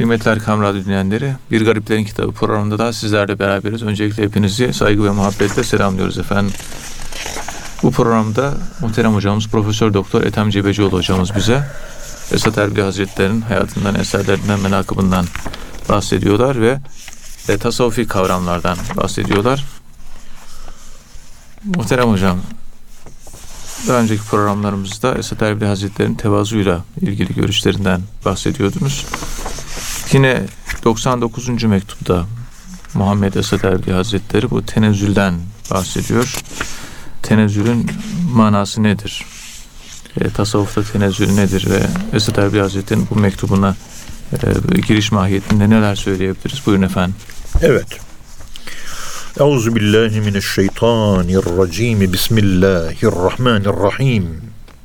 Kıymetli Erkam Radyo dinleyenleri, Bir Gariplerin Kitabı programında da sizlerle beraberiz. Öncelikle hepinizi saygı ve muhabbetle selamlıyoruz efendim. Bu programda muhterem hocamız Profesör Doktor Ethem Cebecioğlu hocamız bize Esat Erbil Hazretleri'nin hayatından, eserlerinden, menakıbından bahsediyorlar ve tasavvufi kavramlardan bahsediyorlar. Muhterem hocam, daha önceki programlarımızda Esat Erbil Hazretleri'nin tevazuyla ilgili görüşlerinden bahsediyordunuz. Yine 99. mektupta Muhammed Esat Erbil Hazretleri bu tenezzülden bahsediyor. Tenezzülün manası nedir? Tasavvufta tenezzül nedir? Ve Esat Erbil Hazretleri'nin bu mektubuna giriş mahiyetinde neler söyleyebiliriz? Buyurun efendim. Evet. Euzubillahimineşşeytanirracim. Bismillahirrahmanirrahim.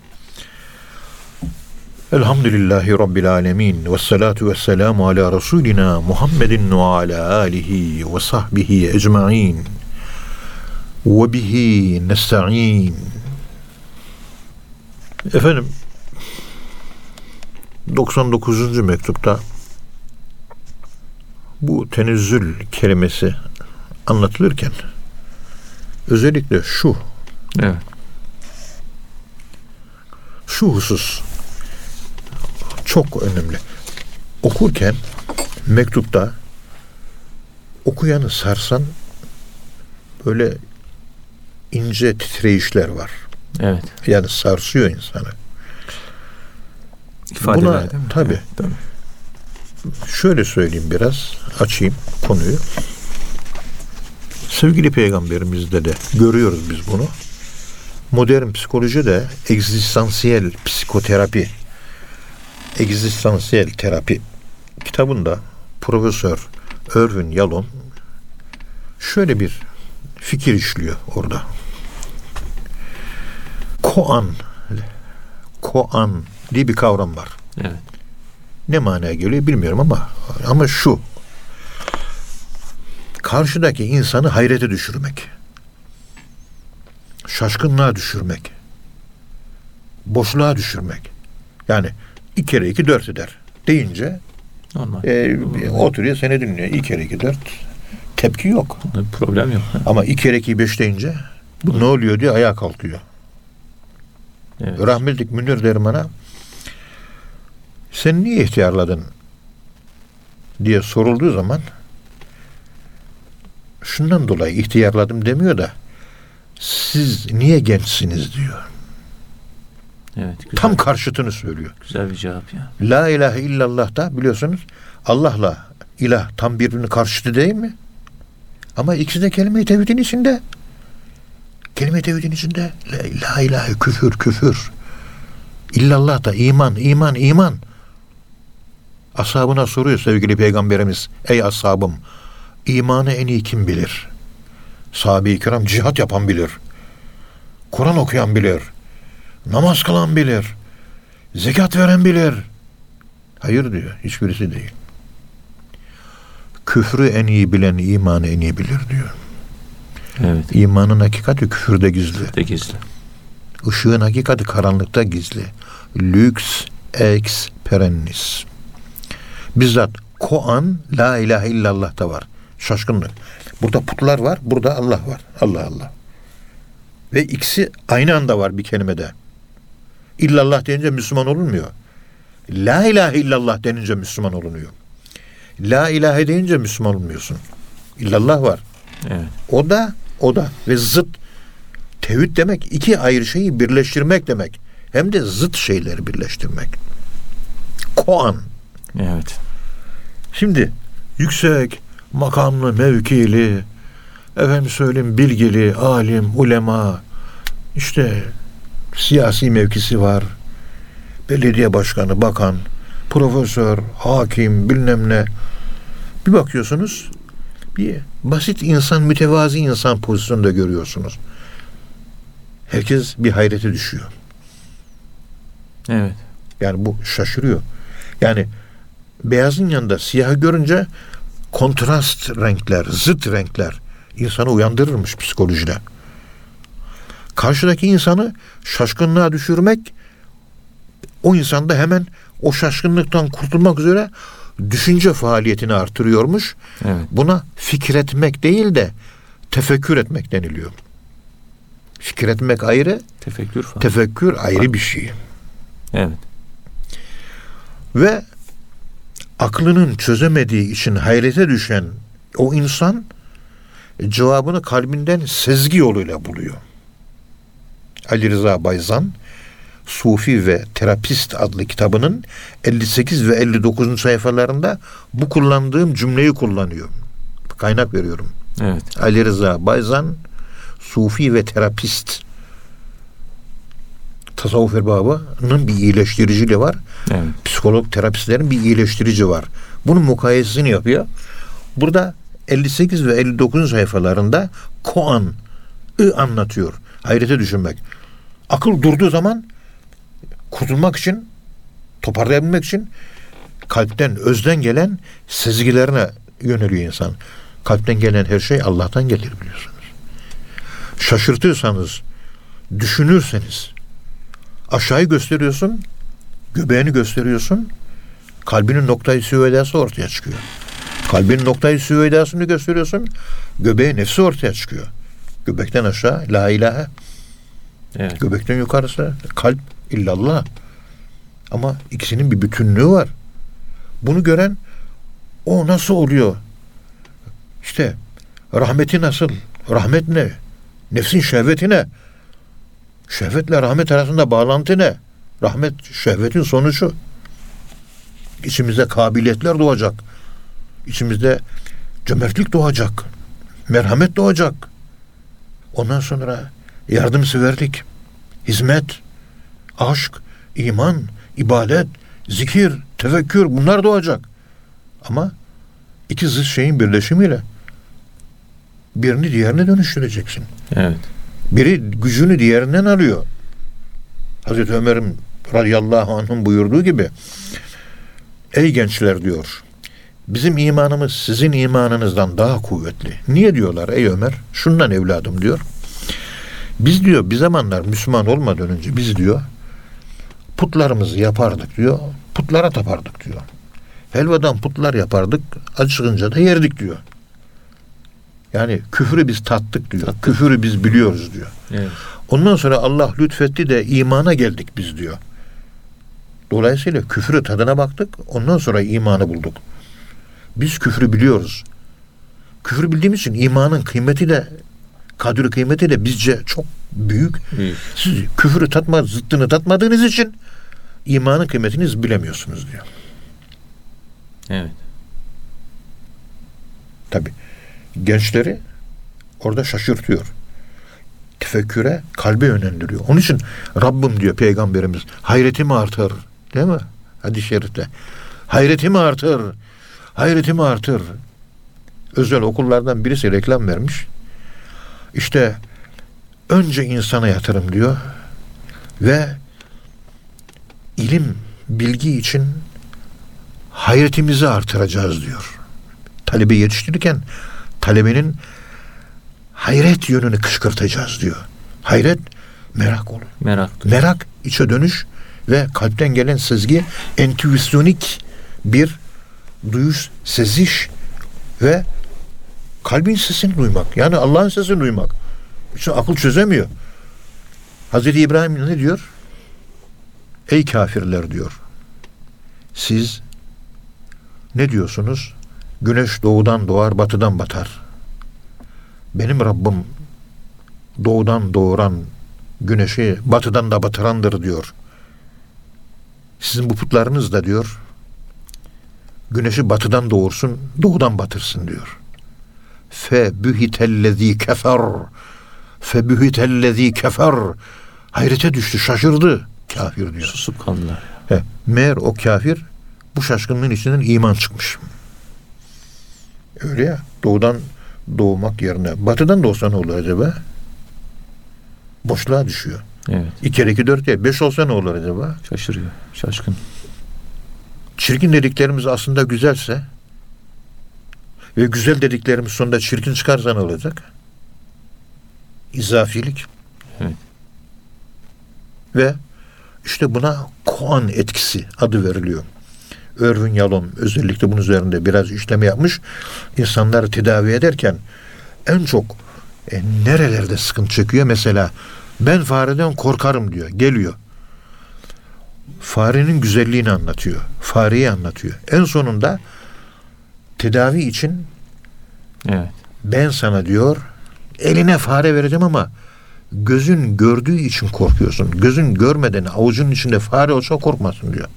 Elhamdülillahi Rabbil alemin. Vessalatu vesselamu ala Resulina Muhammedin ve ala alihi ve sahbihi ecma'in. Ve bihi nesta'in. Efendim, 99. mektupta bu tenezzül kelimesi anlatılırken özellikle şu husus çok önemli. Okurken mektupta okuyanı sarsan böyle ince titreyişler var. Evet. Yani sarsıyor insanı. İfadeler Buna, değil mi? tabii. Evet, tabii. Şöyle söyleyeyim, biraz açayım konuyu. Sevgili Peygamberimizde de görüyoruz biz bunu. Modern psikoloji de egzistansiyel psikoterapi, egzistansiyel terapi kitabında Profesör Irvin Yalom şöyle bir fikir işliyor orada. Koan diye bir kavram var. Evet. Ne manaya geliyor bilmiyorum ama şu: karşıdaki insanı hayrete düşürmek, şaşkınlığa düşürmek, boşluğa düşürmek. Yani 2 kere 2 4 eder deyince normal. Oturuyor, seni dinliyor. 2 kere 2 4, tepki yok. Problem yok. Ama 2 kere 2 5 deyince bu ne oluyor diye ayağa kalkıyor. Evet. Rahmetli Münir Derman'a sen niye ihtiyarladın diye sorulduğu zaman şundan dolayı ihtiyarladım demiyor da siz niye gençsiniz diyor. Evet, güzel. Tam karşıtını söylüyor. Güzel bir cevap ya. La ilahe illallah da biliyorsunuz Allah'la ilah tam birbirinin karşıtı değil mi? Ama ikisi de kelime-i tevhidin içinde. Kelime-i tevhidin içinde. La ilahe küfür. İllallah da iman. Ashabına soruyor sevgili Peygamberimiz. Ey ashabım, imanı en iyi kim bilir? Sahabe-i kiram cihat yapan bilir. Kur'an okuyan bilir. Namaz kılan bilir. Zekat veren bilir. Hayır diyor. Hiçbirisi değil. Küfrü en iyi bilen imanı en iyi bilir diyor. Evet. İmanın hakikati küfürde gizli. Işığın hakikati karanlıkta gizli. Lux ex perennis. Bizzat koan la ilahe illallah da var. Şaşkınlık. Burada putlar var, burada Allah var. Allah. Ve ikisi aynı anda var bir kelimede. İllallah denince Müslüman olunmuyor. La ilahe illallah denince Müslüman olunuyor. La ilahe deyince Müslüman olmuyorsun. İllallah var. Evet. O da ve zıt. Tevhid demek 2 ayrı şeyi birleştirmek demek. Hem de zıt şeyleri birleştirmek. Koan. Evet. Şimdi yüksek, makamlı, mevkili, bilgili, alim, ulema, işte siyasi mevkisi var, belediye başkanı, bakan, profesör, hakim, bilmem ne. Bir bakıyorsunuz, bir basit insan, mütevazi insan pozisyonunda görüyorsunuz. Herkes bir hayrete düşüyor. Evet. Yani bu şaşırıyor. Yani beyazın yanında siyahı görünce kontrast renkler, zıt renkler insanı uyandırırmış psikolojide. Karşıdaki insanı şaşkınlığa düşürmek, o insanda hemen o şaşkınlıktan kurtulmak üzere düşünce faaliyetini artırıyormuş. Evet. Buna fikretmek değil de tefekkür etmek deniliyor. Fikretmek ayrı, Tefekkür falan. tefekkür ayrı bir şey. Evet. Ve aklının çözemediği için hayrete düşen o insan cevabını kalbinden sezgi yoluyla buluyor. Ali Rıza Bayzan Sufi ve Terapist adlı kitabının 58 ve 59. sayfalarında bu kullandığım cümleyi kullanıyor. Kaynak veriyorum. Evet. Ali Rıza Bayzan Sufi ve Terapist, tasavvuf erbabının bir iyileştiriciliği var. Evet. Psikolog, terapistlerin bir iyileştirici var. Bunun mukayesesini yapıyor. Burada 58 ve 59 sayfalarında koan'ı anlatıyor. Hayrete düşünmek. Akıl durduğu zaman kurtulmak için, toparlayabilmek için kalpten, özden gelen sezgilerine yöneliyor insan. Kalpten gelen her şey Allah'tan gelir biliyorsunuz. Şaşırtırsanız, düşünürseniz, aşağıyı gösteriyorsun, göbeğini gösteriyorsun, kalbinin noktayı süveydası ortaya çıkıyor. Kalbinin noktayı süveydasını gösteriyorsun, göbeği nefsi ortaya çıkıyor. Göbekten aşağı la ilahe, Evet. göbekten yukarısı kalp illallah. Ama ikisinin bir bütünlüğü var. Bunu gören o nasıl oluyor? İşte rahmeti nasıl? Rahmet ne? Nefsin şehveti ne? Şehvetle rahmet arasında bağlantı ne? Rahmet şehvetin sonucu. İçimizde kabiliyetler doğacak. İçimizde cömertlik doğacak. Merhamet doğacak. Ondan sonra yardımseverlik, hizmet, aşk, iman, ibadet, zikir, tefekkür bunlar doğacak. Ama iki zıt şeyin birleşimiyle birini diğerine dönüştüreceksin. Evet. Biri gücünü diğerinden alıyor. Hazreti Ömer'in radıyallahu anh'ın buyurduğu gibi, ey gençler diyor, bizim imanımız sizin imanınızdan daha kuvvetli. Niye diyorlar ey Ömer? Şundan evladım diyor. Biz diyor bir zamanlar Müslüman olmadan önce biz diyor putlarımızı yapardık diyor. Putlara tapardık diyor. Helvadan putlar yapardık. Acıkınca da yerdik diyor. Yani küfrü biz tattık diyor. Küfrü biz biliyoruz diyor. Evet. Ondan sonra Allah lütfetti de imana geldik biz diyor. Dolayısıyla küfrü tadına baktık. Ondan sonra imanı bulduk. Biz küfrü biliyoruz. Küfrü bildiğimiz için imanın kıymeti de, kadri kıymeti de bizce çok büyük. Siz küfrü zıttını tatmadığınız için imanın kıymetini bilemiyorsunuz diyor. Evet. Tabii. Gençleri orada şaşırtıyor. Tefekküre, kalbe yönlendiriyor. Onun için Rabbim diyor Peygamberimiz, hayretimi artır. Değil mi? Hadis-i şerifte. Hayretimi artır. Hayretimi artır. Özel okullardan birisi reklam vermiş. İşte önce insana yatırım diyor ve ilim, bilgi için hayretimizi artıracağız diyor. Talebe yetiştirirken talebenin hayret yönünü kışkırtacağız diyor. Hayret merak olur. Merak içe dönüş ve kalpten gelen sezgi, entüisyonik bir duyuş, seziş ve kalbin sesini duymak. Yani Allah'ın sesini duymak. İşte akıl çözemiyor. Hazreti İbrahim ne diyor? Ey kafirler diyor. Siz ne diyorsunuz? Güneş doğudan doğar, batıdan batar. Benim Rabbim doğudan doğuran güneşi batıdan da batırandır diyor. Sizin bu putlarınız da diyor güneşi batıdan doğursun, doğudan batırsın diyor. Febühitellezî kefer. Febühitellezî kefer. Hayrete düştü, şaşırdı kafir diyor. Susup kaldılar. Meğer o kafir bu şaşkınlığın içinden iman çıkmış. Öyle ya, doğudan doğmak yerine batıdan doğsa ne olur acaba? Boşluğa düşüyor. Evet. 2 kere 2 4 değil, 5 olsa ne olur acaba? Şaşırıyor, şaşkın. Çirkin dediklerimiz aslında güzelse ve güzel dediklerimiz sonunda çirkin çıkarsa ne olacak? İzafilik. Evet. Ve işte buna koan etkisi adı veriliyor. Irvin Yalom özellikle bunun üzerinde biraz işlem yapmış. İnsanları tedavi ederken en çok nerelerde sıkıntı çekiyor? Mesela ben fareden korkarım diyor. Geliyor. Farenin güzelliğini anlatıyor. Fareyi anlatıyor. En sonunda tedavi için ben sana diyor eline fare vereceğim ama gözün gördüğü için korkuyorsun. Gözün görmeden avucunun içinde fare olsa korkmasın diyor.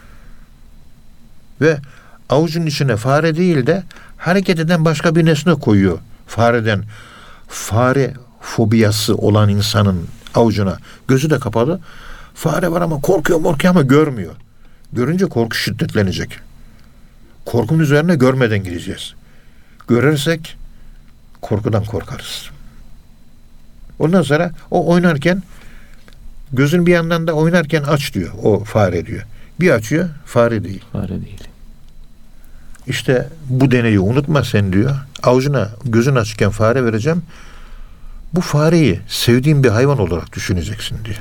Ve avucunun içine fare değil de hareket eden başka bir nesne koyuyor. Fareden fare fobiyası olan insanın avucuna gözü de kapalı. Fare var ama korkuyor ama görmüyor. Görünce korku şiddetlenecek. Korkunun üzerine görmeden gideceğiz. Görürsek korkudan korkarız. Ondan sonra o oynarken gözün bir yandan da oynarken aç diyor. O fare diyor. Bir açıyor fare değil. Fare değil. İşte bu deneyi unutma sen diyor. Avucuna gözün açıkken fare vereceğim. Bu fareyi sevdiğin bir hayvan olarak düşüneceksin diyor.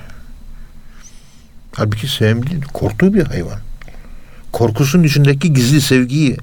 Halbuki sevdiğin, korktuğu bir hayvan. Korkusunun içindeki gizli sevgiyi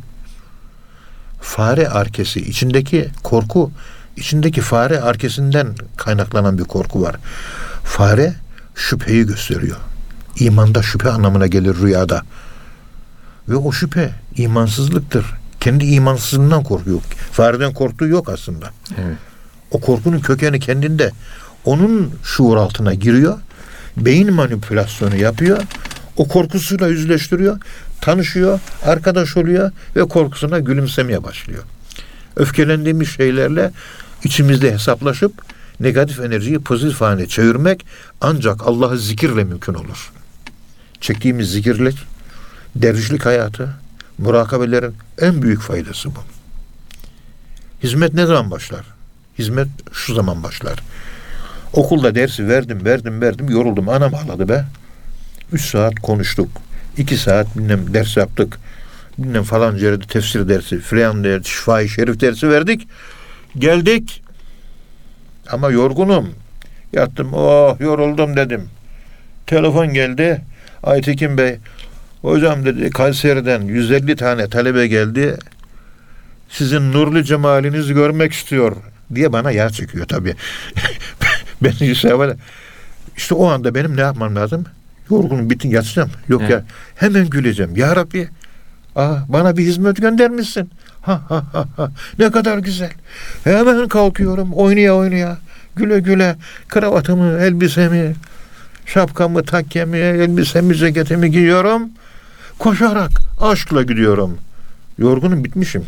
fare arkesi, içindeki korku, içindeki fare arkesinden kaynaklanan bir korku var. Fare şüpheyi gösteriyor. İmanda şüphe anlamına gelir rüyada. Ve o şüphe imansızlıktır. Kendi imansızlığından korkuyor. Fareden korktuğu yok aslında. Evet. O korkunun kökeni kendinde. Onun şuur altına giriyor. Beyin manipülasyonu yapıyor. O korkusuyla yüzleştiriyor. Tanışıyor, arkadaş oluyor ve korkusuna gülümsemeye başlıyor. Öfkelendiğimiz şeylerle içimizde hesaplaşıp negatif enerjiyi pozitif haline çevirmek ancak Allah'ı zikirle mümkün olur. Çektiğimiz zikirler, dervişlik hayatı, murakabelerin en büyük faydası bu. Hizmet ne zaman başlar? Hizmet şu zaman başlar. Okulda dersi verdim, yoruldum. Anam ağladı be. 3 saat konuştuk. 2 saat bilmem ders yaptık. Bilmem falanca yerde tefsir dersi, filan dersi, şifa-i şerif dersi verdik. Geldik. Ama yorgunum. Yattım. Oh yoruldum dedim. Telefon geldi. Aytekin Bey, hocam dedi Kayseri'den 150 tane talebe geldi. Sizin nurlu cemalinizi görmek istiyor diye bana yağ çekiyor tabii. Ben işte o anda benim ne yapmam lazım? Yorgunum bitin yatacağım. Yok evet. Ya hemen güleceğim. Ya Rabbi bana bir hizmet göndermişsin. Ha. Ne kadar güzel. Hemen kalkıyorum oynaya. Güle kravatımı, elbisemi, şapkamı, takkemi, elbisemi, ceketimi giyiyorum. Koşarak aşkla gidiyorum. Yorgunum bitmişim.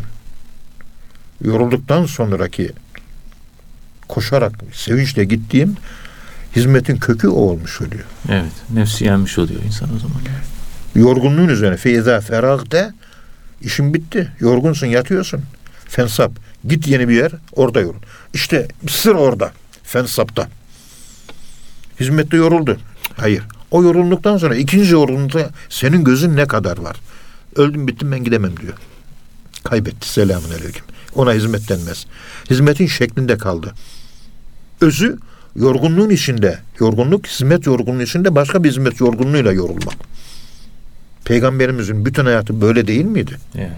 Yorulduktan sonraki koşarak sevinçle gittiğim hizmetin kökü o olmuş oluyor. Evet. Nefsi yenmiş oluyor insan o zaman. Yorgunluğun üzerine feyza feragte işin bitti. Yorgunsun yatıyorsun. Fensap. Git yeni bir yer orada yorul. İşte sır orada. Fensapta. Hizmette yoruldu. Hayır. O yorulduktan sonra ikinci yorgunlukta senin gözün ne kadar var? Öldüm bittim ben gidemem diyor. Kaybetti. Selamun aleyküm. Ona hizmet denmez. Hizmetin şeklinde kaldı. Özü yorgunluğun içinde. Yorgunluk hizmet yorgunluğu içinde başka bir hizmet yorgunluğuyla yorulmak. Peygamberimizin bütün hayatı böyle değil miydi? Evet.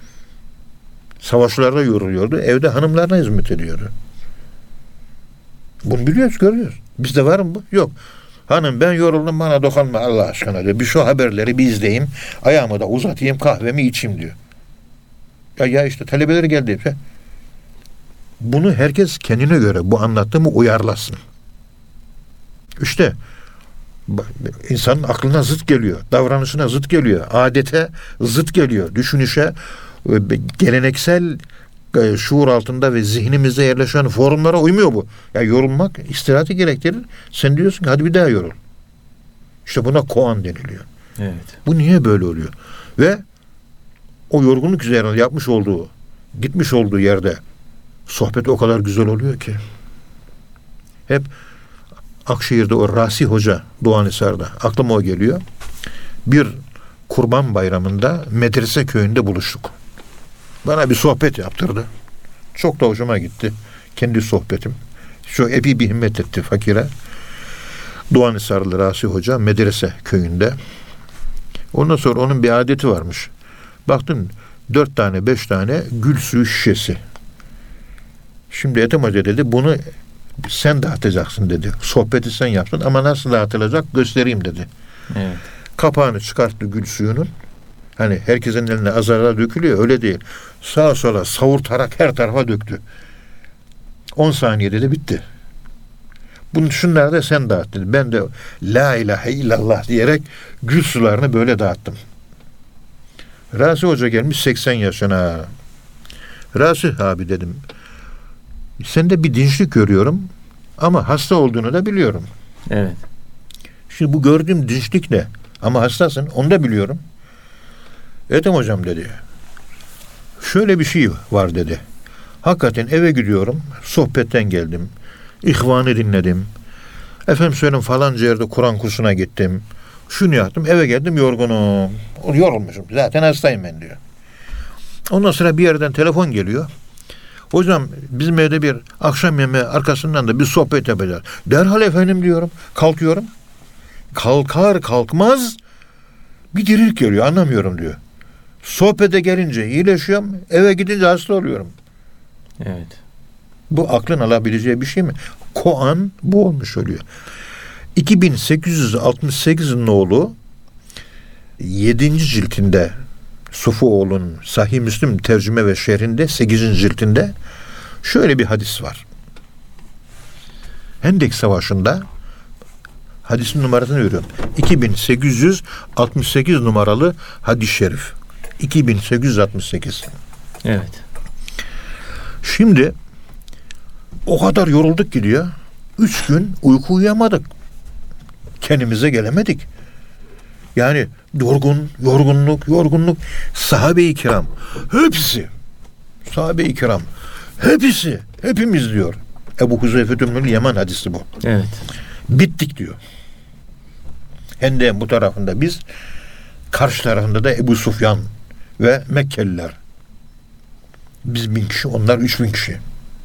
Savaşlarda yoruluyordu. Evde hanımlarına hizmet ediyordu. Bunu biliyoruz, görüyoruz. Bizde var mı bu? Yok. Hanım ben yoruldum bana dokunma Allah aşkına diyor. Bir şu haberleri bir izleyeyim. Ayağımı da uzatayım kahvemi içeyim diyor. Ya işte talebeleri geldi. Bunu herkes kendine göre bu anlattığımı uyarlasın. İşte insanın aklına zıt geliyor. Davranışına zıt geliyor. Adete zıt geliyor. Düşünüşe geleneksel şuur altında ve zihnimizde yerleşen formlara uymuyor bu. Ya yorulmak istirahati gerektirir. Sen diyorsun ki hadi bir daha yorul. İşte buna koan deniliyor. Evet. Bu niye böyle oluyor? Ve o yorgunluk üzerine gitmiş olduğu yerde sohbet o kadar güzel oluyor ki. Hep Akşehir'de o Rasi Hoca Doğanisar'da aklıma o geliyor. Bir Kurban Bayramı'nda medrese köyünde buluştuk. Bana bir sohbet yaptırdı. Çok da hoşuma gitti. Kendi sohbetim. Çok epey bir himmet etti fakire. Doğanisarlı Rasi Hoca medrese köyünde. Ondan sonra onun bir adeti varmış. Baktım 4 tane 5 tane gül suyu şişesi. Şimdi Ethem Hoca dedi bunu sen dağıtacaksın dedi. Sohbeti sen yaptın ama nasıl dağıtılacak göstereyim dedi. Evet. Kapağını çıkarttı gül suyunun. Hani herkesin eline azar azar dökülüyor öyle değil. Sağa sola savurtarak her tarafa döktü. 10 saniyede de bitti. Şunları da sen dağıt dedi. Ben de la ilahe illallah diyerek gül sularını böyle dağıttım. Razi Hoca gelmiş 80 yaşına. Razi abi dedim. Sende bir dinçlik görüyorum ama hasta olduğunu da biliyorum. Evet. Şimdi bu gördüğüm dinçlik ne? Ama hastasın onu da biliyorum. Ethem hocam dedi. Şöyle bir şey var dedi. Hakikaten eve gidiyorum. Sohbetten geldim. İhvanı dinledim. Efendim söyleyeyim falanca yerde Kur'an kursuna gittim. Şunu yaptım. Eve geldim yorgunum. Yorulmuşum. Zaten hastayım ben diyor. Ondan sonra bir yerden telefon geliyor. Hocam bizim evde bir akşam yemeği arkasından da bir sohbet yapacağız. Derhal efendim diyorum. Kalkıyorum. Kalkar kalkmaz bir dirilik geliyor. Anlamıyorum diyor. Sohbete gelince iyileşiyorum. Eve gidince hasta oluyorum. Evet. Bu aklın alabileceği bir şey mi? Koan bu olmuş oluyor. 2868 nolu 7. ciltinde Sufuoğlu'nun Sahih Müslim tercüme ve şerhinde 8. ciltinde şöyle bir hadis var. Hendek Savaşı'nda hadisin numarasını veriyorum. 2868 numaralı hadis-i şerif. 2868. Evet. Şimdi o kadar yorulduk ki diyor. 3 gün uyku uyuyamadık. Kendimize gelemedik. Yani yorgunluk. Sahabe-i kiram hepsi, hepimiz diyor. Ebu Huzeyfe Tümrül Yaman hadisi bu. Evet. Bittik diyor. Hendek'in bu tarafında biz, karşı tarafında da Ebu Sufyan ve Mekkeliler. Biz 1000 kişi, onlar 3000 kişi.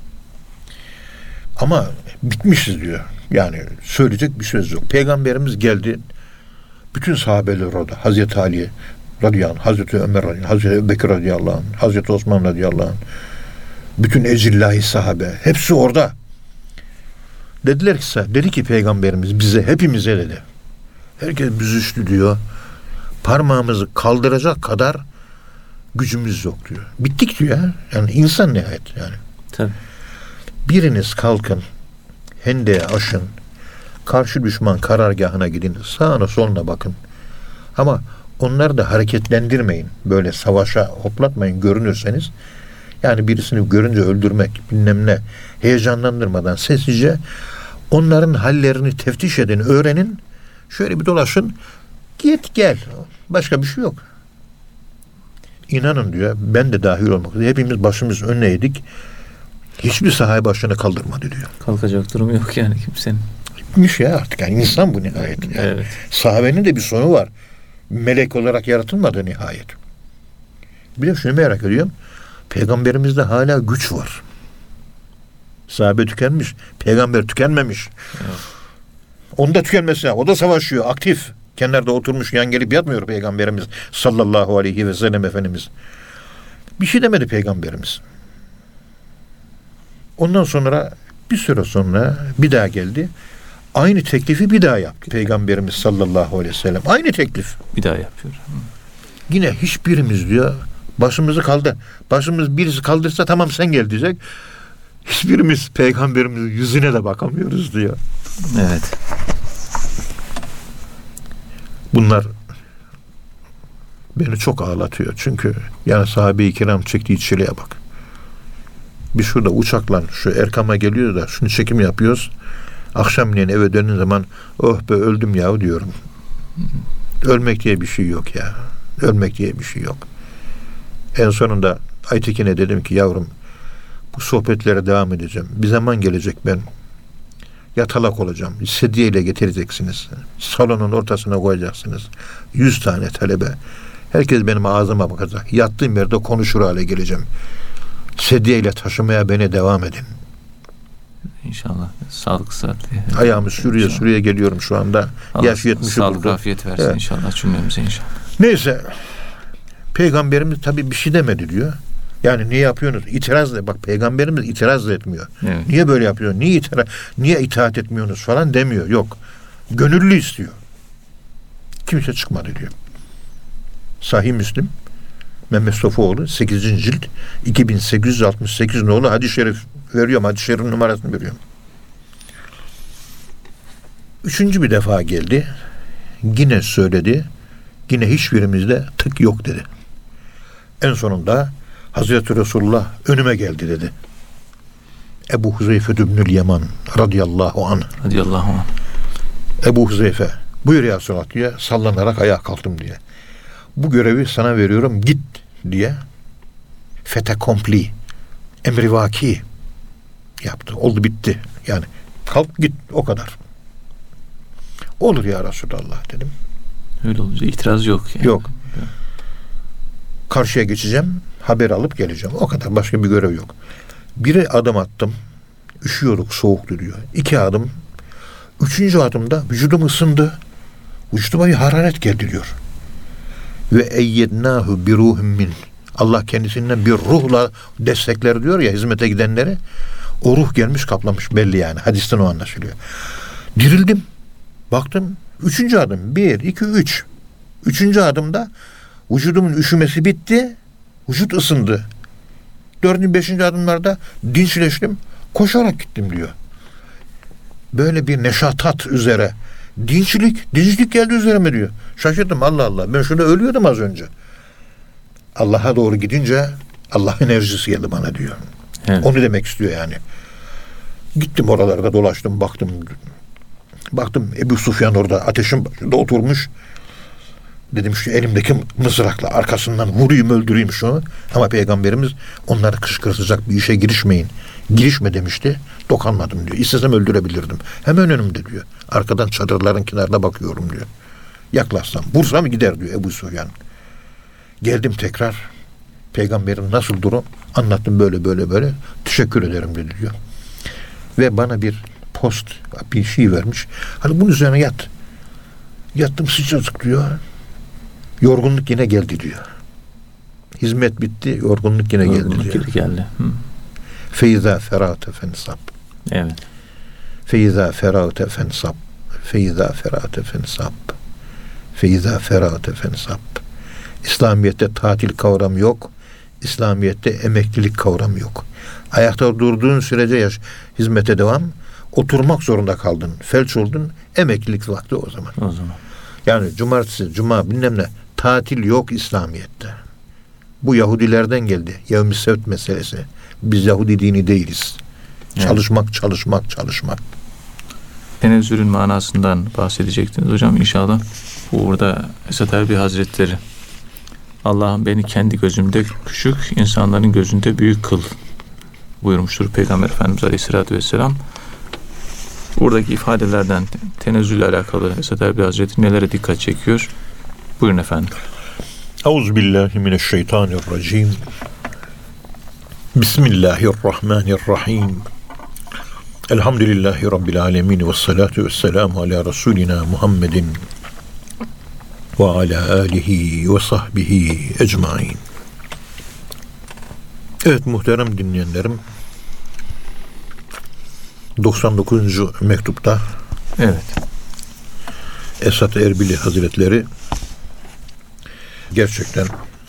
Ama bitmişiz diyor. Yani söyleyecek bir söz yok. Peygamberimiz geldi. Bütün sahabeler orada. Hazreti Ali radıyallahu anh, Hazreti Ömer radıyallahu anh, Hazreti Ebubekir radıyallahu anh, Hazreti Osman radıyallahu anh. Bütün ecillahi sahabe. Hepsi orada. Dediler ki, dedi ki Peygamberimiz bize, hepimize dedi. Herkes büzüştü diyor. Parmağımızı kaldıracak kadar gücümüz yok diyor. Bittik diyor ya. Yani insan nihayet yani. Tabii. Biriniz kalkın, Hendek'e aşın, karşı düşman karargahına gidin, sağına soluna bakın. Ama onları da hareketlendirmeyin. Böyle savaşa hoplatmayın görünürseniz. Yani birisini görünce öldürmek, bilmem ne, heyecanlandırmadan sessizce onların hallerini teftiş edin, öğrenin. Şöyle bir dolaşın, git gel. Başka bir şey yok. İnanın diyor, ben de dahil olmak üzere hepimiz başımız önüne eğdik. Hiçbir sahabe başını kaldırmadı diyor. Kalkacak durumu yok yani kimsenin. Bitmiş ya artık. Yani insan bu nihayet. Yani. Evet. Sahabenin de bir sonu var. Melek olarak yaratılmadı nihayet. Bir de şunu merak ediyorum. Peygamberimizde hala güç var. Sahabe tükenmiş. Peygamber tükenmemiş. Evet. Onda tükenmesi lazım. O da savaşıyor. Aktif. Kenarda oturmuş yan gelip yatmıyor Peygamberimiz sallallahu aleyhi ve sellem Efendimiz. Bir şey demedi Peygamberimiz. Ondan sonra bir süre sonra bir daha geldi. Aynı teklifi bir daha yaptı Peygamberimiz sallallahu aleyhi ve sellem. Aynı teklif. Bir daha yapıyor. Yine hiçbirimiz diyor başımızı kaldır. Başımız birisi kaldırsa tamam sen gel diyecek. Hiçbirimiz Peygamberimizin yüzüne de bakamıyoruz diyor. Evet. Bunlar beni çok ağlatıyor. Çünkü yani sahabe-i kiram çektiği çileye bak. Bir şurada uçakla şu Erkam'a geliyor da şunu çekim yapıyoruz. Akşamleyin eve döndüğüm zaman oh be öldüm ya diyorum. Ölmek diye bir şey yok ya. Ölmek diye bir şey yok. En sonunda Aytekin'e dedim ki yavrum bu sohbetlere devam edeceğim. Bir zaman gelecek ben yatalak olacağım. Sedyeyle getireceksiniz. Salonun ortasına koyacaksınız. 100 tane talebe. Herkes benim ağzıma bakacak. Yattığım yerde konuşur hale geleceğim. Sedyeyle taşımaya beni devam edin. İnşallah. Sağlık sıhhatli. Ayağımı sürüye geliyorum şu anda. Allah yaş 70'i sağlık buldu. afiyet versin Evet. inşallah cümlemize inşallah. Neyse Peygamberimiz tabii bir şey demedi diyor. Yani niye yapıyorsunuz? İtiraz da, bak Peygamberimiz itiraz da etmiyor. Evet. Niye böyle yapıyor? Niye itaat etmiyorsunuz falan demiyor. Yok. Gönüllü istiyor. Kimse çıkmadı diyor. Sahih Müslim Mehmet Sofuoğlu 8. cilt 2868 nolu hadis-i şerif veriyorum. Hadis-i şerifin numarasını veriyorum. 3. bir defa geldi. Yine söyledi. Yine hiçbirimizde tık yok dedi. En sonunda Hazreti Resulullah önüme geldi dedi. Ebu Huzeyfe İbnül Yaman radıyallahu anh. Radıyallahu anh. Ebu Huzeyfe buyur ya Resulallah diye sallanarak ayağa kalktım diye. Bu görevi sana veriyorum git diye fete kompli emrivaki yaptı. Oldu bitti. Yani kalk git o kadar. Olur ya Resulallah dedim. Öyle olunca itiraz yok. Yani. Yok. Karşıya geçeceğim. Haber alıp geleceğim. O kadar. Başka bir görev yok. Biri adım attım. Üşüyorduk. Soğuktu diyor. 2 adım. 3. adımda vücudum ısındı. Vücuduma bir hararet geldi diyor. Ve eyyednahu bi ruhim min. Allah kendisinden bir ruhla destekler diyor ya hizmete gidenleri. O ruh gelmiş kaplamış belli yani. Hadisten o anlaşılıyor. Dirildim. Baktım. 3. adım. 1, 2, 3. 3. adımda vücudumun üşümesi bitti. Vücut ısındı. 4. 5. adımlarda dinçleştim. Koşarak gittim diyor. Böyle bir neşatat üzere. Dinçlik geldi üzerime diyor. Şaşırdım Allah Allah. Ben şurada ölüyordum az önce. Allah'a doğru gidince Allah enerjisi geldi bana diyor. Evet. Onu demek istiyor yani. Gittim oralarda dolaştım baktım Ebu Sufyan orada ateşin başında oturmuş. Dedim şu elimdeki mızrakla arkasından vurayım öldüreyim şunu. Ama Peygamberimiz onları kışkırtacak bir işe girişmeyin. Girişme demişti. Dokanmadım diyor. İstesem öldürebilirdim. Hemen önümde diyor. Arkadan çadırların kenarına bakıyorum diyor. Yaklaşsam vursam gider diyor Ebu Sufyan. Geldim tekrar. Peygamberin nasıl durum anlattım böyle. Teşekkür ederim dedi diyor. Ve bana bir post bir şey vermiş. Hani bunun üzerine yat. Yattım sıcacık diyor. Yorgunluk yine geldi diyor. Hizmet bitti, yorgunluk yine geldi diyor. Geldi. Feyza ferate fensab. Evet. Feyza ferate fensab. Feyza ferate fensab. Feyza ferate fensab. İslamiyet'te tatil kavramı yok. İslamiyet'te emeklilik kavramı yok. Ayakta durduğun sürece hizmete devam. Oturmak zorunda kaldın. Felç oldun. Emeklilik vakti o zaman. Yani cumartesi, cuma bilmem ne tatil yok İslamiyet'te. Bu Yahudilerden geldi. Yevmi Sevt meselesi. Biz Yahudi dini değiliz. Evet. Çalışmak. Tenezzülün manasından bahsedecektiniz hocam inşallah. Burada Esad Erbil Hazretleri Allah'ım beni kendi gözümde küçük, insanların gözünde büyük kıl buyurmuştur Peygamber Efendimiz Aleyhisselatü Vesselam. Buradaki ifadelerden tenezzülle alakalı Esad Erbil Hazretleri nelere dikkat çekiyor? Buyurun efendim. Euzubillahimineşşeytanirracim. Bismillahirrahmanirrahim. Elhamdülillahi Rabbil alemin ve salatu ve selamu ala Resulina Muhammedin ve ala alihi ve sahbihi ecmain. Evet muhterem dinleyenlerim, 99. mektupta evet. Esad Erbil Hazretleri gerçekten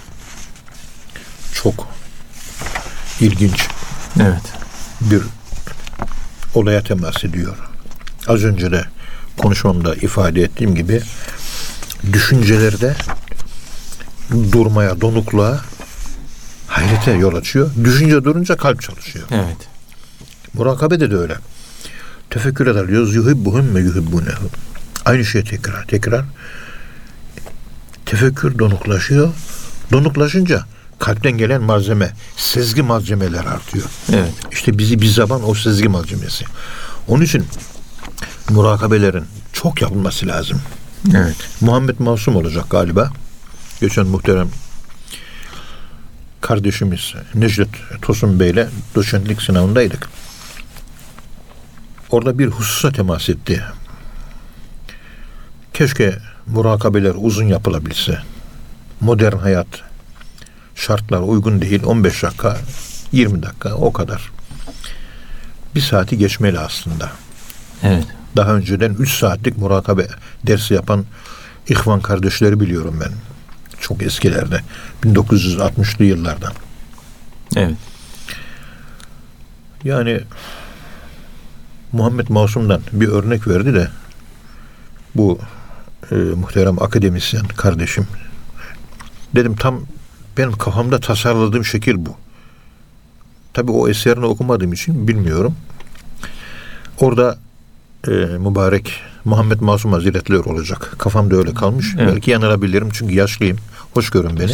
çok ilginç bir olaya temas ediyor. Az önce de konuşmamda ifade ettiğim gibi düşüncelerde durmaya, donukluğa, hayrete yol açıyor. Düşünce durunca kalp çalışıyor. Evet. Murakabede de öyle. Tefekkür eder diyoruz. Yuhibbuhum ve yuhibbunehu. Aynı şey tekrar. Tefekkür donuklaşıyor. Donuklaşınca kalpten gelen malzeme, sezgi malzemeler artıyor. Evet. İşte bizi bir zaman o sezgi malzemesi. Onun için murakabelerin çok yapılması lazım. Evet. Muhammed Masum olacak galiba. Geçen muhterem kardeşimiz Necdet Tosun Bey'le doçentlik sınavındaydık. Orada bir hususa temas etti. Keşke murakabeler uzun yapılabilse. Modern hayat şartlar uygun değil. 15 dakika, 20 dakika o kadar. Bir saati geçmeli aslında. Evet. Daha önceden 3 saatlik murakabe dersi yapan ihvan kardeşleri biliyorum ben. Çok eskilerde. 1960'lı yıllardan. Evet. Yani Muhammed Masum'dan bir örnek verdi de bu muhterem akademisyen kardeşim. Dedim tam benim kafamda tasarladığım şekil bu. Tabii o eserini okumadığım için bilmiyorum. Orada mübarek Muhammed Masum Hazretleri olacak. Kafamda öyle kalmış. Evet. Belki yanılabilirim çünkü yaşlıyım. Hoş görün beni.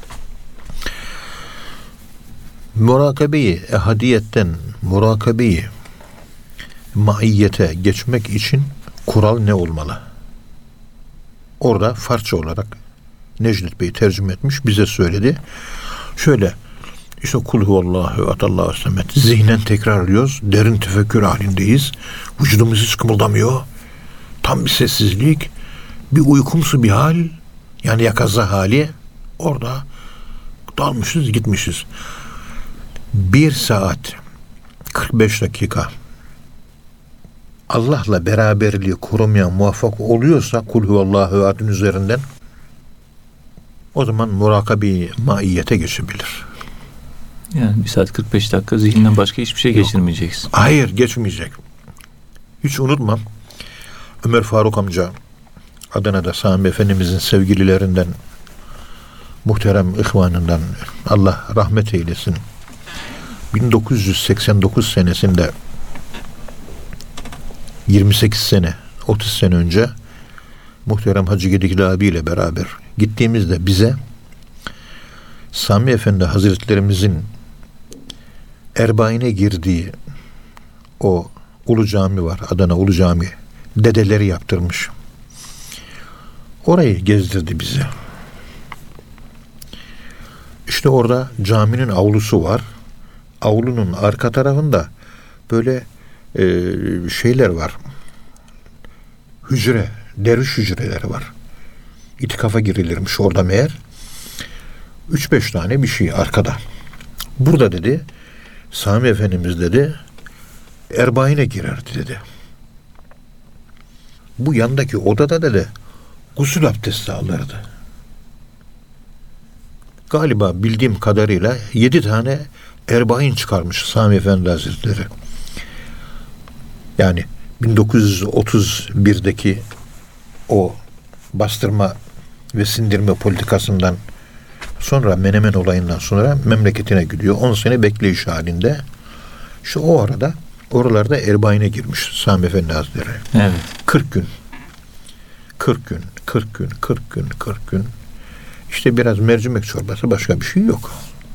Murakabeyi ehadiyetten murakabeyi maiyete geçmek için kural ne olmalı? Orada Farsça olarak Necdet Bey tercüme etmiş, bize söyledi. Şöyle, işte kul huvallahu atallahu semet. Zihnen tekrarlıyoruz, derin tefekkür halindeyiz. Vücudumuz hiç kımıldamıyor. Tam bir sessizlik, bir uykumsu bir hal, yani yakaza hali. Orada dalmışız, gitmişiz. 1 saat 45 dakika Allah'la beraberliği korumaya muvaffak oluyorsa kul huvallahu adın üzerinden, o zaman murakabe-i maiyete geçebilir. Yani 1 saat 45 dakika zihninden başka hiçbir şey geçirmeyeceksin. Hayır, geçmeyecek. Hiç unutmam. Ömer Faruk amca, Adana'da Sami Efendimizin sevgililerinden, muhterem ihvanından, Allah rahmet eylesin. 1989 senesinde 28 sene, 30 sene önce muhterem Hacı Gedikli abiyle beraber gittiğimizde bize Sami Efendi Hazretlerimizin Erbain'e girdiği o Ulu Cami var, Adana Ulu Cami. Dedeleri yaptırmış. Orayı gezdirdi bize. İşte orada caminin avlusu var. Avlunun arka tarafında böyle şeyler var. Hücre, derviş hücreleri var. İtikafa girilirmiş orada meğer. 3-5 tane bir şey arkada. Burada dedi, Sami Efendimiz dedi, Erbain'e girerdi dedi. Bu yandaki odada dedi, gusül abdesti alırdı. Galiba bildiğim kadarıyla 7 tane Erbain çıkarmış Sami Efendi Hazretleri. Yani 1931'deki o bastırma ve sindirme politikasından sonra, Menemen olayından sonra memleketine gidiyor. 10 sene bekleyiş halinde. İşte o arada oralarda Erbain'e girmiş Sami Efendi Hazretleri. Evet. 40 gün. 40 gün, 40 gün, 40 gün, 40 gün. İşte biraz mercimek çorbası, başka bir şey yok.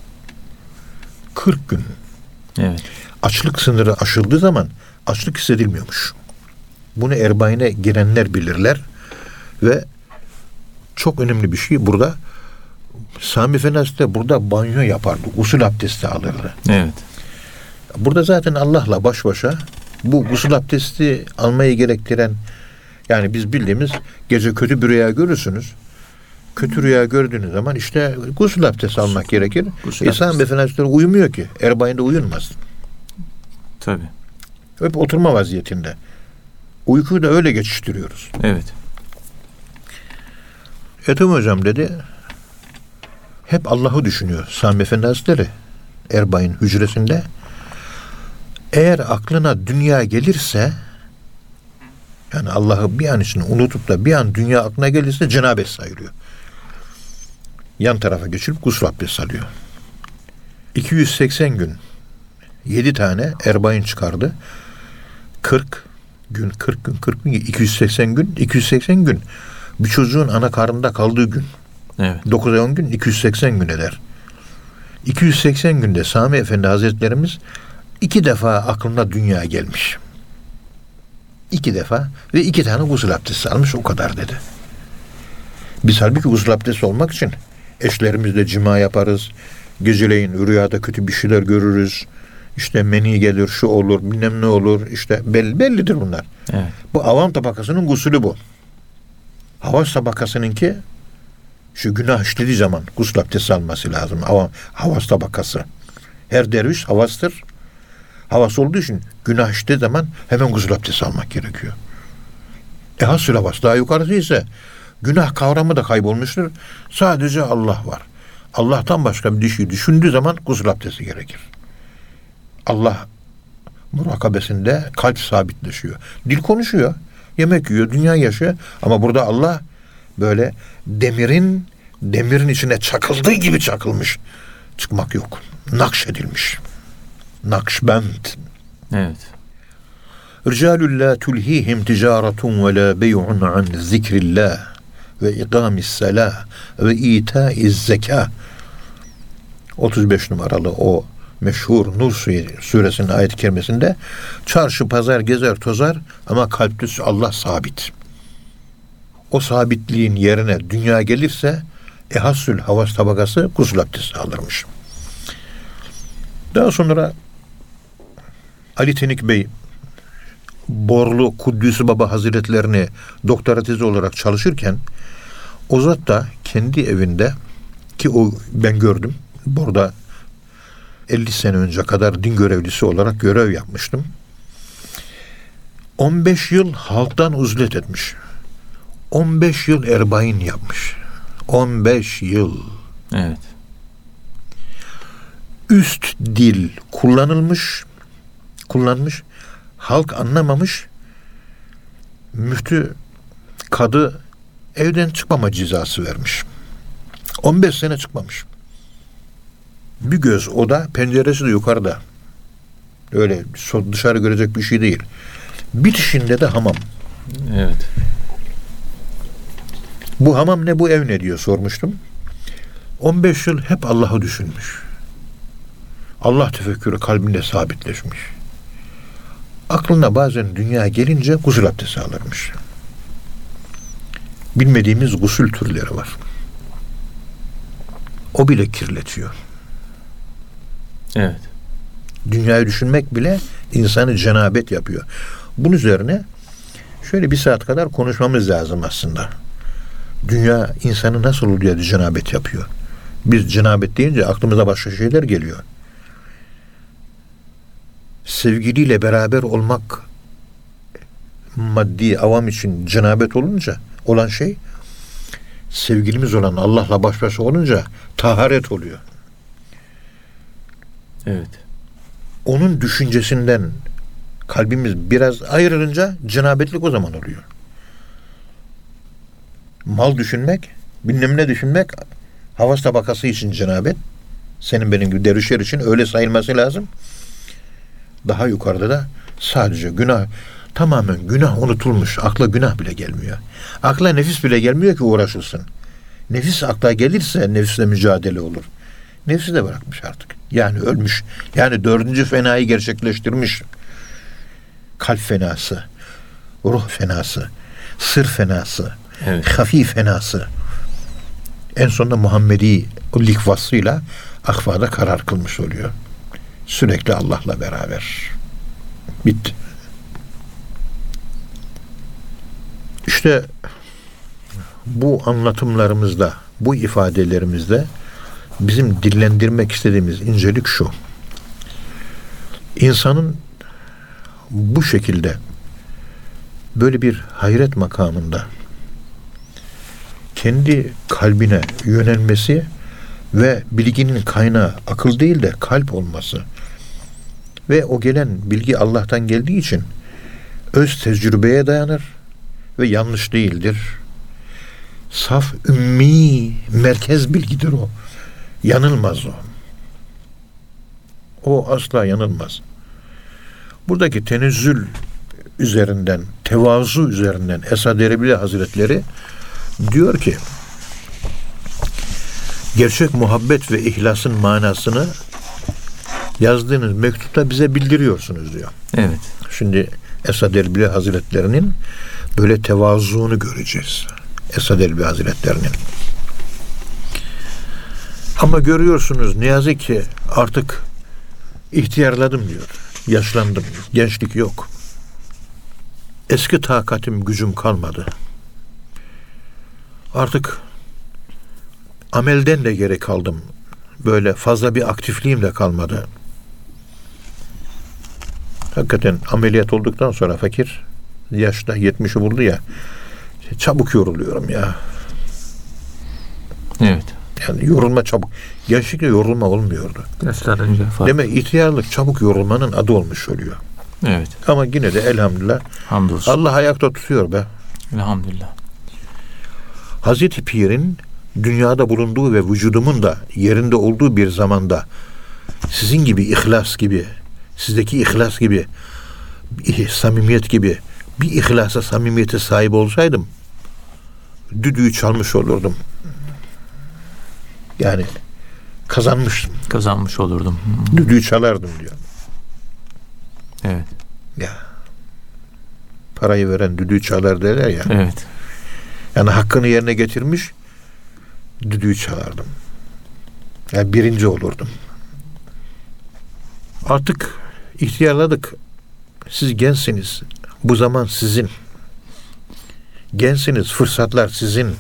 40 gün. Evet. Açlık sınırı aşıldığı zaman açlık hissedilmiyormuş. Bunu Erbain'e girenler bilirler ve çok önemli bir şey burada. Sami Efendi Hazretleri burada banyo yapardı. Gusül abdesti alırdı. Evet. Burada zaten Allah'la baş başa, bu gusül abdesti almayı gerektiren, yani biz bildiğimiz gece kötü bir rüya görürsünüz. Kötü rüya gördüğünüz zaman işte gusül abdesti almak gerekir. Sami Efendi Hazretleri uyumuyor ki. Erbain'de uyunmaz. Tabii. Hep oturma vaziyetinde. Uykuyu da öyle geçiştiriyoruz. Evet. Ethem hocam dedi, hep Allah'ı düşünüyor Sami Efendi Hazretleri Erbain hücresinde. Eğer aklına dünya gelirse, yani Allah'ı bir an için unutup da bir an dünya aklına gelirse cenabet sayılıyor. Yan tarafa geçirip gusül abdesti alıyor. 280 gün 7 tane Erbain çıkardı. 40 gün 280 gün 280 gün bir çocuğun ana karnında kaldığı gün. Evet. 9 ay 10 gün 280 gün eder. 280 günde Sami Efendi Hazretlerimiz 2 defa aklına dünya gelmiş. 2 defa ve 2 tane gusül abdesti almış, o kadar dedi. Biz halbuki gusül abdesti olmak için eşlerimizle cima yaparız. Geceleyin rüyada kötü bir şeyler görürüz. İşte meni gelir, şu olur, bilmem ne olur. İşte bellidir bunlar. Evet. Bu avam tabakasının gusülü bu. Havas tabakasınınki Şu günah işlediği zaman gusül abdesti alması lazım. Havas tabakası. Her derviş havastır. Havas olduğu için günah işlediği zaman hemen gusül abdesti almak gerekiyor. Hasıl havas daha yukarısı ise günah kavramı da kaybolmuştur. Sadece Allah var. Allah'tan başka bir şey düşündüğü zaman gusül abdesti gerekir. Allah murakabesinde kalp sabitleşiyor. Dil konuşuyor, yemek yiyor, dünya yaşıyor. Ama burada Allah böyle demirin içine çakıldığı gibi çakılmış. Çıkmak yok. Nakşedilmiş. Nakşbend. Evet. Ricalul la tulhihim ticaretun ve la bey'un an zikrillah ve ikamis salah ve itaiz zekâh. 35 numaralı o meşhur Nur suresinin ayet-i kerimesinde çarşı pazar gezer tozar ama kalpte Allah sabit. O sabitliğin yerine dünya gelirse hasül havas tabakası gusül abdesti alırmış. Daha sonra Ali Tenik Bey Borlu Kuddüs Baba Hazretlerini doktora tezi olarak çalışırken o zat da kendi evinde, ki o ben gördüm, burada 50 sene önce kadar din görevlisi olarak görev yapmıştım. 15 yıl halktan uzlet etmiş. 15 yıl erbain yapmış. 15 yıl. Evet. Üst dil kullanmış. Halk anlamamış. Müftü kadı evden çıkmama cezası vermiş. 15 sene çıkmamış. Bir göz oda, penceresi de yukarıda. Öyle dışarı görecek bir şey değil. Bitişinde de hamam. Evet. Bu hamam ne, bu ev ne diyor sormuştum. 15 yıl hep Allah'ı düşünmüş. Allah tefekkürü kalbinde sabitleşmiş. Aklına bazen dünya gelince gusül abdesti alırmış. Bilmediğimiz gusül türleri var. O bile kirletiyor. Evet. Dünyayı düşünmek bile insanı cenabet yapıyor. Bunun üzerine şöyle bir saat kadar konuşmamız lazım aslında. Dünya insanı nasıl oluyor da cenabet yapıyor? Biz cenabet deyince aklımıza başka şeyler geliyor. Sevgiliyle beraber olmak maddi avam için cenabet olunca olan şey, sevgilimiz olan Allah'la baş başa olunca taharet oluyor. Evet. Onun düşüncesinden kalbimiz biraz ayrılınca cenabetlik o zaman oluyor. Mal düşünmek, bilmem ne düşünmek havas tabakası için cenabet. Senin benim gibi dervişler için öyle sayılması lazım. Daha yukarıda da sadece günah, tamamen günah unutulmuş. Akla günah bile gelmiyor. Akla nefis bile gelmiyor ki uğraşılsın. Nefis akla gelirse nefisle mücadele olur. Nefsi de bırakmış artık. Yani ölmüş. Yani 4. fenayı gerçekleştirmiş. Kalp fenası, ruh fenası, sır fenası, evet, hafi fenası. En sonunda Muhammedi o lik vasfıyla akvada karar kılmış oluyor. Sürekli Allah'la beraber. Bitti. İşte bu anlatımlarımızda, bu ifadelerimizde bizim dillendirmek istediğimiz incelik şu. İnsanın bu şekilde böyle bir hayret makamında kendi kalbine yönelmesi ve bilginin kaynağı akıl değil de kalp olması ve o gelen bilgi Allah'tan geldiği için öz tecrübeye dayanır ve yanlış değildir. Saf, ümmi, merkez bilgidir o. Yanılmaz o. O asla yanılmaz. Buradaki tenezzül üzerinden, tevazu üzerinden Esad Erbil Hazretleri diyor ki, gerçek muhabbet ve ihlasın manasını yazdığınız mektupta bize bildiriyorsunuz diyor. Evet. Şimdi Esad Erbil Hazretlerinin böyle tevazuunu göreceğiz. Esad Erbil Hazretlerinin. Ama görüyorsunuz ne yazık ki artık ihtiyarladım diyor. Yaşlandım. Gençlik yok. Eski takatim, gücüm kalmadı. Artık amelden de geri kaldım. Böyle fazla bir aktifliğim de kalmadı. Hakikaten ameliyat olduktan sonra fakir, yaşta 70'i buldu ya, çabuk yoruluyorum ya. Evet. Yani yorulma çabuk. Gençlikte yorulma olmuyordu. Yaşlanınca fark. Demek ihtiyarlık çabuk yorulmanın adı olmuş oluyor. Evet. Ama yine de elhamdülillah Hamdolsun. Allah ayakta tutuyor be. Elhamdülillah. Hazreti Pir'in dünyada bulunduğu ve vücudumun da yerinde olduğu bir zamanda sizin gibi ihlas gibi, sizdeki ihlas gibi, samimiyet gibi bir ihlasa, samimiyete sahip olsaydım düdüğü çalmış olurdum. Yani kazanmıştım. Kazanmış olurdum. Düdüğü çalardım diyor. Evet. Ya. Parayı veren düdüğü çalar derler ya. Evet. Yani hakkını yerine getirmiş, düdüğü çalardım. Yani birinci olurdum. Artık ihtiyarladık. Siz gençsiniz. Bu zaman sizin. Gençsiniz. Fırsatlar sizin.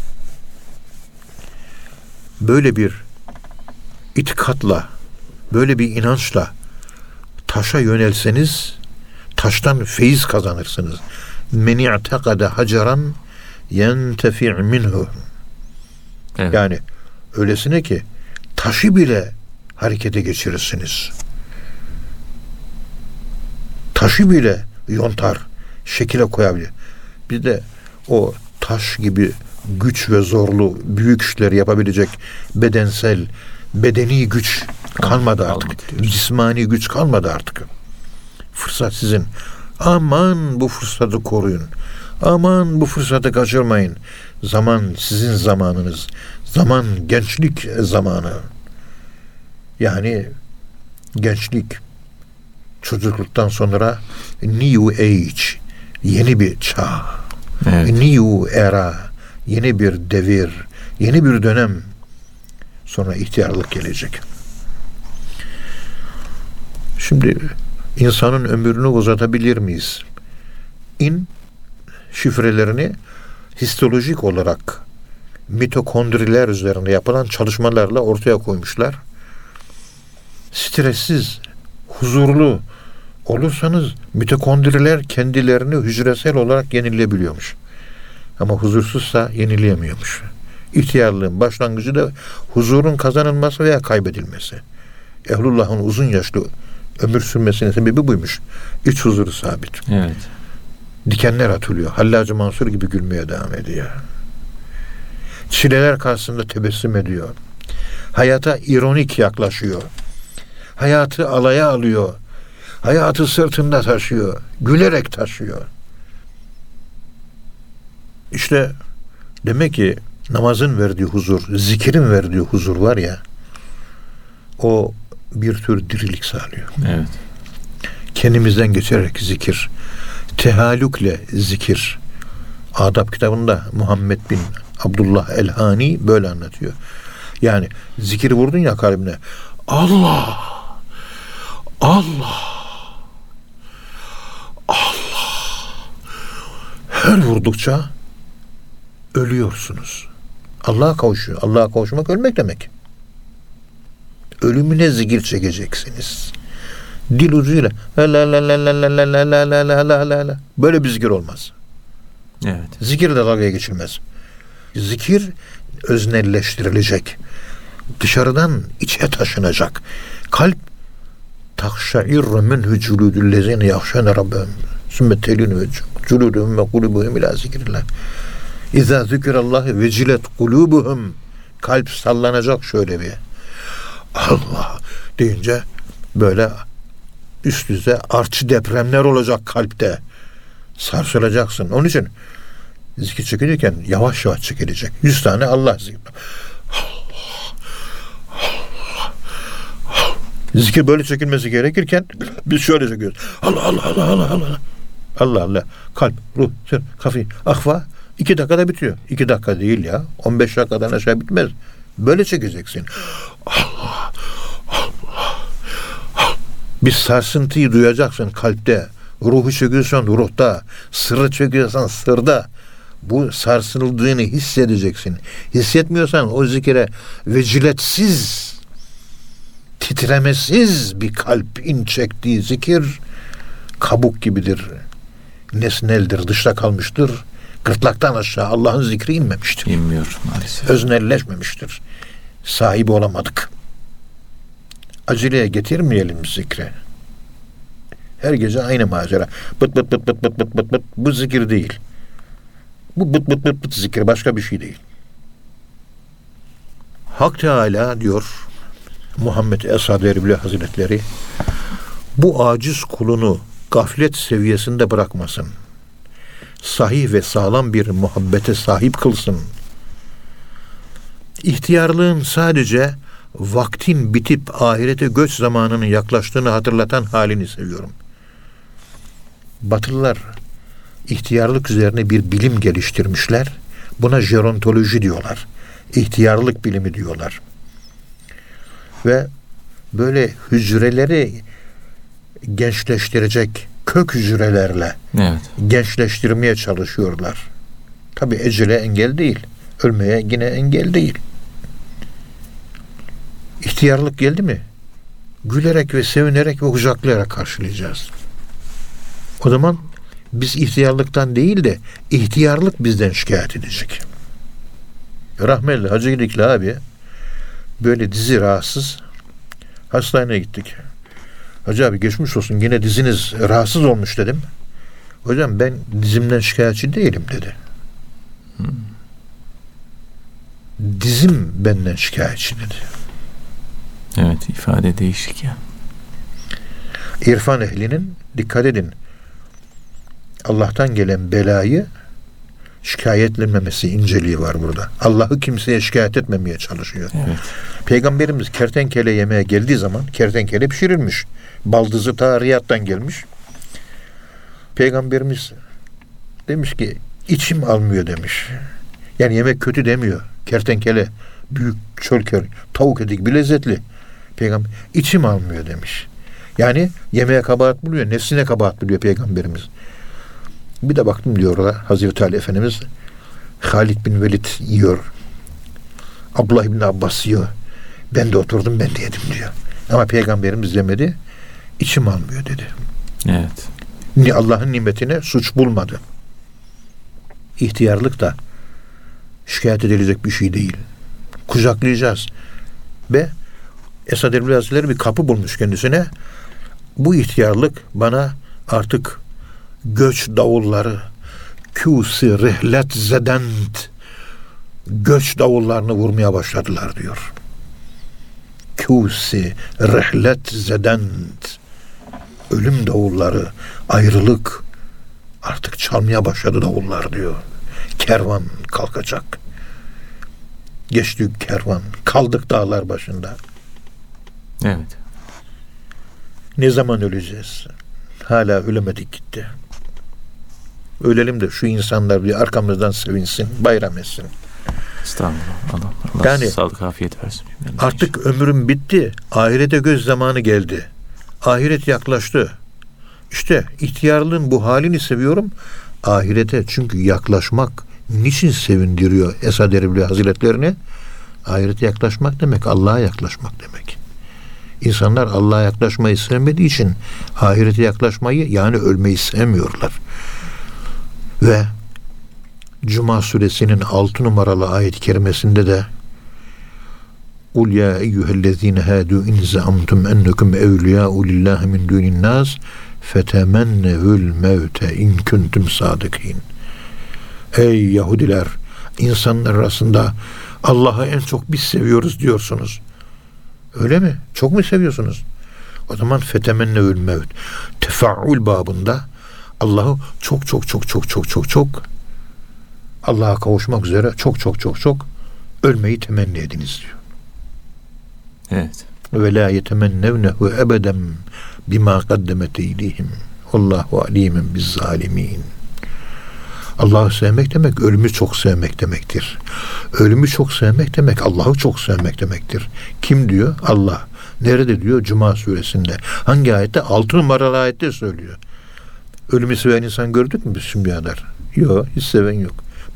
Böyle bir itikatla, böyle bir inançla taşa yönelseniz taştan feyiz kazanırsınız. Men i'tekada haceran yentefi' minhu. Evet. Yani öylesine ki taşı bile harekete geçirirsiniz. Taşı bile yontar, şekile koyabilir. Bir de o taş gibi güç ve zorlu büyük işleri yapabilecek bedeni güç kalmadı artık. Cismani güç kalmadı artık. Fırsat sizin. Aman bu fırsatı koruyun. Aman bu fırsatı kaçırmayın. Zaman sizin zamanınız. Zaman gençlik zamanı. Yani gençlik, çocukluktan sonra new age, yeni bir çağ. Evet. New era, yeni bir devir, yeni bir dönem. Sonra ihtiyarlık gelecek. Şimdi insanın ömrünü uzatabilir miyiz? Şifrelerini histolojik olarak mitokondriler üzerinde yapılan çalışmalarla ortaya koymuşlar. Stressiz, huzurlu olursanız mitokondriler kendilerini hücresel olarak yenilebiliyormuş. Ama huzursuzsa yenileyemiyormuş. İhtiyarlığın başlangıcı da huzurun kazanılması veya kaybedilmesi. Ehlullah'ın uzun yaşlı ömür sürmesinin sebebi buymuş. İç huzuru sabit. Evet. Dikenler atılıyor. Hallacı Mansur gibi gülmeye devam ediyor. Çileler karşısında tebessüm ediyor. Hayata ironik yaklaşıyor. Hayatı alaya alıyor. Hayatı sırtında taşıyor. Gülerek taşıyor. İşte demek ki namazın verdiği huzur, zikirin verdiği huzur var ya, o bir tür dirilik sağlıyor. Evet. Kendimizden geçerek zikir, tehallükle zikir. Adab kitabında Muhammed bin Abdullah el-Hani böyle anlatıyor. Yani zikiri vurdun ya kalbine. Allah, Allah, Allah. Her vurdukça ölüyorsunuz. Allah'a kavuşuyor. Allah'a kavuşmak ölmek demek. Ölümüne zikir çekeceksiniz. Dil ucuyla la la la la la la la la la la la la la. Böyle bir zikir olmaz. Evet. Zikir de dalgaya geçilmez. Zikir öznelleştirilecek. Dışarıdan içe taşınacak. Kalp takşairru minhu culudüllezine yahşene rabbem sümme telinu ve culuduhum ve kulubuhum ila zikrillah. İzâ zikirallâhi vecilet kulubuhum. Kalp sallanacak şöyle bir. Allah deyince böyle üst üste artçı depremler olacak kalpte. Sarsılacaksın. Onun için zikir çekilirken yavaş yavaş çekilecek. 100 tane Allah zikri. Zikir böyle çekilmesi gerekirken biz şöyle çekiyoruz. Allah Allah Allah Allah Allah. Allah Allah. Kalp, ruh, sır, kafi, ahva 2 dakikada bitiyor. 2 dakika değil ya. 15 dakikadan aşağı bitmez. Böyle çekeceksin. Allah Allah. Bir sarsıntıyı duyacaksın kalpte. Ruhu çekiyorsan ruhta. Sırrı çekiyorsan sırda. Bu sarsıldığını hissedeceksin. Hissetmiyorsan o zikire veciletsiz, titremesiz bir kalbin çektiği zikir kabuk gibidir. Nesneldir, dışta kalmıştır. Gırtlaktan aşağı Allah'ın zikri inmemiştir. İnmiyor maalesef. Öznelleşmemiştir. Sahibi olamadık. Aceleye getirmeyelim zikre. Her gece aynı macera. Bıt bıt bıt bıt bıt bıt bıt bıt. Bu zikir değil. Bu bıt bıt bıt bıt zikir başka bir şey değil. Hak Teala diyor Muhammed Esad Erbil Hazretleri, bu aciz kulunu gaflet seviyesinde bırakmasın. Sahih ve sağlam bir muhabbete sahip kılsın. İhtiyarlığın sadece vaktin bitip ahirete göç zamanının yaklaştığını hatırlatan halini seviyorum. Batılılar ihtiyarlık üzerine bir bilim geliştirmişler. Buna jerontoloji diyorlar. İhtiyarlık bilimi diyorlar. Ve böyle hücreleri gençleştirecek kök hücrelerle gençleştirmeye çalışıyorlar. Tabii ecele engel değil. Ölmeye yine engel değil. İhtiyarlık geldi mi? Gülerek ve sevinerek ve kucaklayarak karşılayacağız. O zaman biz ihtiyarlıktan değil de ihtiyarlık bizden şikayet edecek. Rahmetli Hacı Gidikli abi böyle dizi rahatsız. Hastaneye gittik. Hacı abi geçmiş olsun, yine diziniz rahatsız olmuş dedim. Hocam ben dizimden şikayetçi değilim dedi. Dizim benden şikayetçi dedi. Evet, ifade değişik ya. İrfan ehlinin, dikkat edin, Allah'tan gelen belayı şikayetlenmemesi inceliği var burada. Allah'ı kimseye şikayet etmemeye çalışıyor. Evet. Peygamberimiz kertenkele yemeğe geldiği zaman kertenkele pişirilmiş. Baldızı ta Riyad'dan gelmiş. Peygamberimiz demiş ki içim almıyor demiş. Yani yemek kötü demiyor. Kertenkele büyük çölker, tavuk eti gibi lezzetli. Peygamber içim almıyor demiş. Yani yemeğe kabahat buluyor, nefsine kabahat buluyor Peygamberimiz. Bir de baktım diyor orada Hazreti Ali Efendimiz Halid bin Velid yiyor. Abdullah bin Abbas yiyor. Ben de oturdum, ben de yedim diyor. Ama Peygamberimiz yemedi. İçim almıyor dedi. Evet. Allah'ın nimetine suç bulmadı. İhtiyarlık da şikayet edilecek bir şey değil. Kucaklayacağız. Ve Esad Erbil Hazretleri bir kapı bulmuş kendisine. Bu ihtiyarlık bana artık göç davulları, küsi rihlet zedent, göç davullarını vurmaya başladılar diyor. Küsi rihlet zedent, ölüm davulları, ayrılık artık çalmaya başladı davullar diyor. Kervan kalkacak. Geçtik kervan, kaldık dağlar başında. Evet. Ne zaman öleceğiz? Hala ölemedik gitti. Ölelim de şu insanlar bir arkamızdan sevinsin, bayram etsin. Estağfurullah. Allah yani, sağlık, afiyet versin. Artık ömrüm bitti. Ahirete göz zamanı geldi. Ahiret yaklaştı. İşte ihtiyarlığın bu halini seviyorum. Ahirete çünkü yaklaşmak niçin sevindiriyor Esad Erbil Hazretlerini? Ahirete yaklaşmak demek Allah'a yaklaşmak demek. İnsanlar Allah'a yaklaşmayı sevmediği için ahirete yaklaşmayı, yani ölmeyi sevmiyorlar. Ve Cuma suresinin 6 numaralı ayet-i kerimesinde de "Kul ya eyyühellezine hâdû in zaamtum ennekum evliyâ'u lillâhi min dûnin nâs fetemennevül mevte in kuntum sâdıkîn." Ey Yahudiler, insanlar arasında Allah'ı en çok biz seviyoruz diyorsunuz. Öyle mi? Çok mu seviyorsunuz? O zaman fetemennevül mevt. Tefaül babında Allah'ı çok Allah'a kavuşmak üzere çok ölmeyi temenni ediniz diyor. Evet. Ve la yetemennevnehu ebeden bima kaddemet eydihim. Allahu alimen biz zalimin. Allah'ı sevmek demek ölümü çok sevmek demektir. Ölümü çok sevmek demek Allah'ı çok sevmek demektir. Kim diyor? Allah. Nerede diyor? Cuma suresinde. Hangi ayette? 6 numaralı ayette söylüyor. Ölümü seven insan gördük mü biz şimdiye kadar? Yok, hiç seven yok.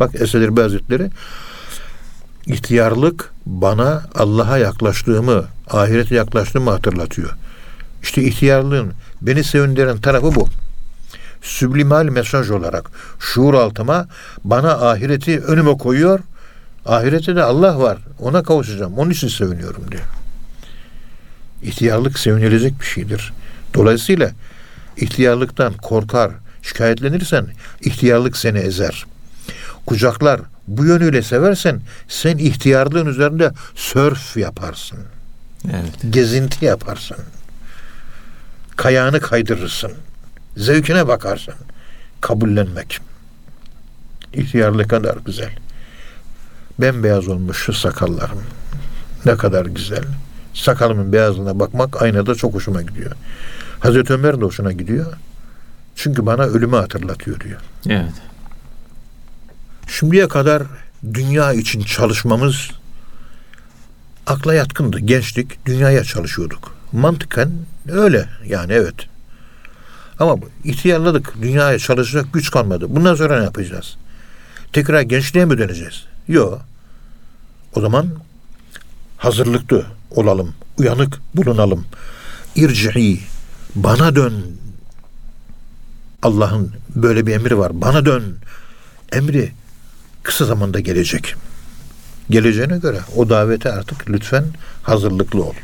Bak Esad Erbil Hazretleri, ihtiyarlık bana Allah'a yaklaştığımı, ahirete yaklaştığımı hatırlatıyor. İşte ihtiyarlığın beni sevindiren tarafı bu. Süblimal mesaj olarak şuur altıma bana ahireti önüme koyuyor. Ahirette de Allah var. Ona kavuşacağım. Onun için seviniyorum diyor. İhtiyarlık sevinilecek bir şeydir. Dolayısıyla ihtiyarlıktan korkar, şikayetlenirsen ihtiyarlık seni ezer. Kucaklar, bu yönüyle seversen sen ihtiyarlığın üzerinde sörf yaparsın. Evet. Gezinti yaparsın. Kayağını kaydırırsın. Zevkine bakarsın. Kabullenmek. İhtiyarlık kadar güzel. Bembeyaz olmuş şu sakallarım. Ne kadar güzel. Sakalımın beyazlığına bakmak aynada çok hoşuma gidiyor. Hazreti Ömer de hoşuna gidiyor. Çünkü bana ölümü hatırlatıyor diyor. Evet. Şimdiye kadar dünya için çalışmamız akla yatkındı. Gençlik, dünyaya çalışıyorduk. Mantıken öyle yani, evet. Ama ihtiyarladık. Dünyaya çalışacak güç kalmadı. Bundan sonra ne yapacağız? Tekrar gençliğe mi döneceğiz? Yok. O zaman hazırlıklı olalım. Uyanık bulunalım. İrci'i, bana dön. Allah'ın böyle bir emri var. Bana dön. Emri kısa zamanda gelecek. Geleceğine göre o davete artık lütfen hazırlıklı ol.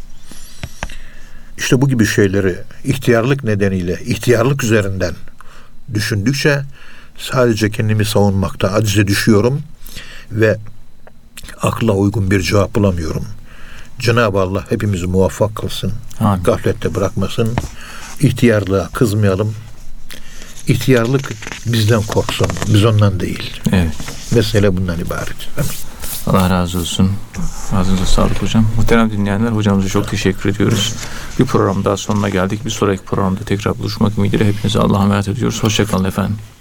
İşte bu gibi şeyleri ihtiyarlık nedeniyle, ihtiyarlık üzerinden düşündükçe sadece kendimi savunmakta acize düşüyorum ve akla uygun bir cevap bulamıyorum. Cenab-ı Allah hepimizi muvaffak kılsın. Amin. Gaflette bırakmasın. İhtiyarlığa kızmayalım. İhtiyarlık bizden korksun. Biz ondan değil. Evet. Mesele bundan ibaret. Allah razı olsun. Ağzınıza sağlık hocam. Muhterem dinleyenler, hocamıza çok teşekkür ediyoruz. Bir program daha sonuna geldik. Bir sonraki programda tekrar buluşmak ümidiyle hepinize Allah'a emanet ediyoruz. Hoşça kalın efendim.